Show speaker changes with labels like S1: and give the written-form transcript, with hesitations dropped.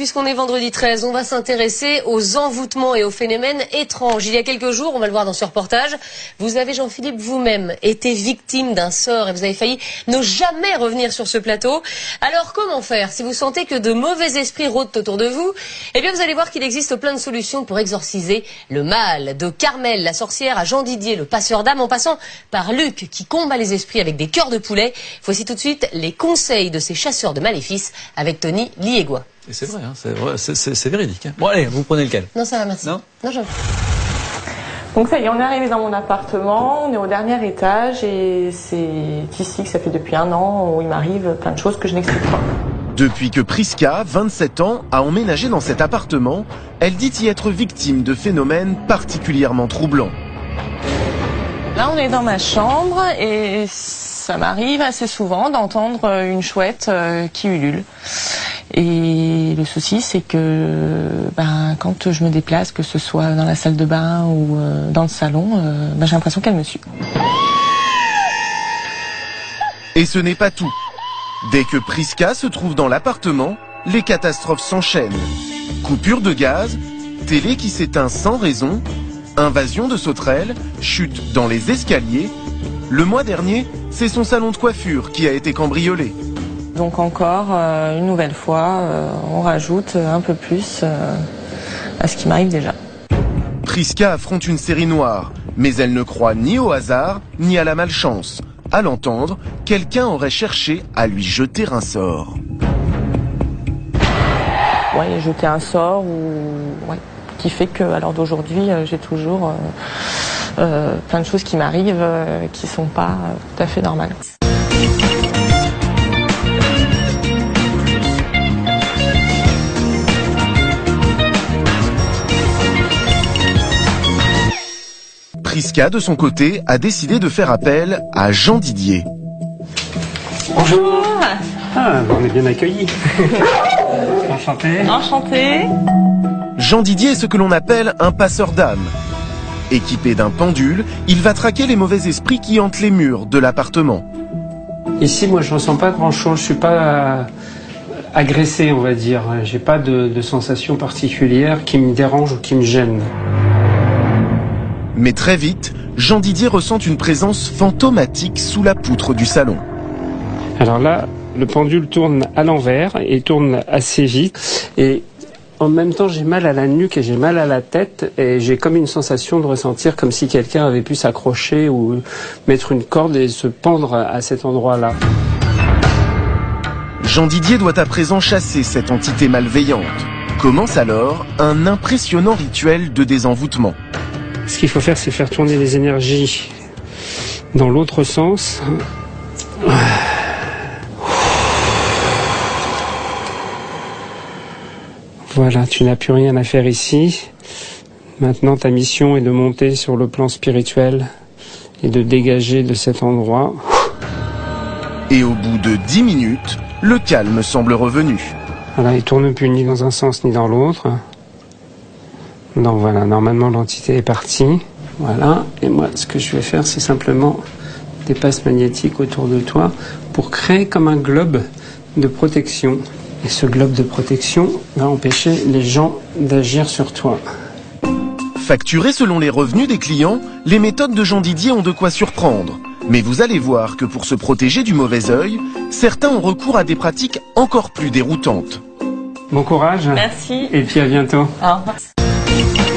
S1: puisqu'on est vendredi 13, on va s'intéresser aux envoûtements et aux phénomènes étranges. Il y a quelques jours, on va le voir dans ce reportage, vous avez, Jean-Philippe, vous-même été victime d'un sort et vous avez failli ne jamais revenir sur ce plateau. Alors comment faire si vous sentez que de mauvais esprits rôdent autour de vous? Eh bien vous allez voir qu'il existe plein de solutions pour exorciser le mal. De Carmel, la sorcière, à Jean Didier, le passeur d'âme, en passant par Luc qui combat les esprits avec des cœurs de poulet. Voici tout de suite les conseils de ces chasseurs de maléfices avec Tony Liégois.
S2: Et c'est vrai, hein, c'est véridique. Hein. Bon allez, vous prenez lequel?
S1: Non, ça va, merci.
S2: Non,
S1: j'aime.
S3: Donc ça y est, on est arrivé dans mon appartement, on est au dernier étage et c'est ici que ça fait depuis 1 an où il m'arrive plein de choses que je n'explique pas.
S4: Depuis que Prisca, 27 ans, a emménagé dans cet appartement, elle dit y être victime de phénomènes particulièrement troublants.
S3: Là, on est dans ma chambre et ça m'arrive assez souvent d'entendre une chouette qui ulule. Et le souci, c'est que quand je me déplace, que ce soit dans la salle de bain ou dans le salon, j'ai l'impression qu'elle me suit.
S4: Et ce n'est pas tout. Dès que Prisca se trouve dans l'appartement, les catastrophes s'enchaînent. Coupure de gaz, télé qui s'éteint sans raison, invasion de sauterelles, chute dans les escaliers. Le mois dernier, c'est son salon de coiffure qui a été cambriolé.
S3: Donc encore, une nouvelle fois, on rajoute un peu plus à ce qui m'arrive déjà.
S4: Prisca affronte une série noire, mais elle ne croit ni au hasard, ni à la malchance. À l'entendre, quelqu'un aurait cherché à lui jeter un sort.
S3: Ouais, jeter un sort qui fait que, à l'heure d'aujourd'hui, j'ai toujours plein de choses qui m'arrivent qui sont pas tout à fait normales.
S4: Prisca, de son côté, a décidé de faire appel à Jean Didier.
S5: Bonjour. Ah, on est bien accueillis. Enchanté.
S3: Enchanté.
S4: Jean Didier est ce que l'on appelle un passeur d'âme. Équipé d'un pendule, il va traquer les mauvais esprits qui hantent les murs de l'appartement.
S5: Ici, moi, je ressens pas grand-chose. Je suis pas agressé, on va dire. J'ai pas de sensation particulière qui me dérange ou qui me gêne.
S4: Mais très vite, Jean Didier ressent une présence fantomatique sous la poutre du salon.
S5: Alors là, le pendule tourne à l'envers et tourne assez vite. Et en même temps, j'ai mal à la nuque et j'ai mal à la tête. Et j'ai comme une sensation de ressentir comme si quelqu'un avait pu s'accrocher ou mettre une corde et se pendre à cet endroit-là.
S4: Jean Didier doit à présent chasser cette entité malveillante. Commence alors un impressionnant rituel de désenvoûtement.
S5: Ce qu'il faut faire, c'est faire tourner les énergies dans l'autre sens. Voilà, tu n'as plus rien à faire ici. Maintenant, ta mission est de monter sur le plan spirituel et de dégager de cet endroit.
S4: Et au bout de 10 minutes, le calme semble revenu.
S5: Voilà, il tourne plus ni dans un sens ni dans l'autre. Donc voilà, normalement l'entité est partie. Voilà, et moi ce que je vais faire, c'est simplement des passes magnétiques autour de toi pour créer comme un globe de protection. Et ce globe de protection va empêcher les gens d'agir sur toi.
S4: Facturées selon les revenus des clients, les méthodes de Jean Didier ont de quoi surprendre. Mais vous allez voir que pour se protéger du mauvais œil, certains ont recours à des pratiques encore plus déroutantes.
S5: Bon courage.
S3: Merci.
S5: Et puis à bientôt.
S3: Au revoir.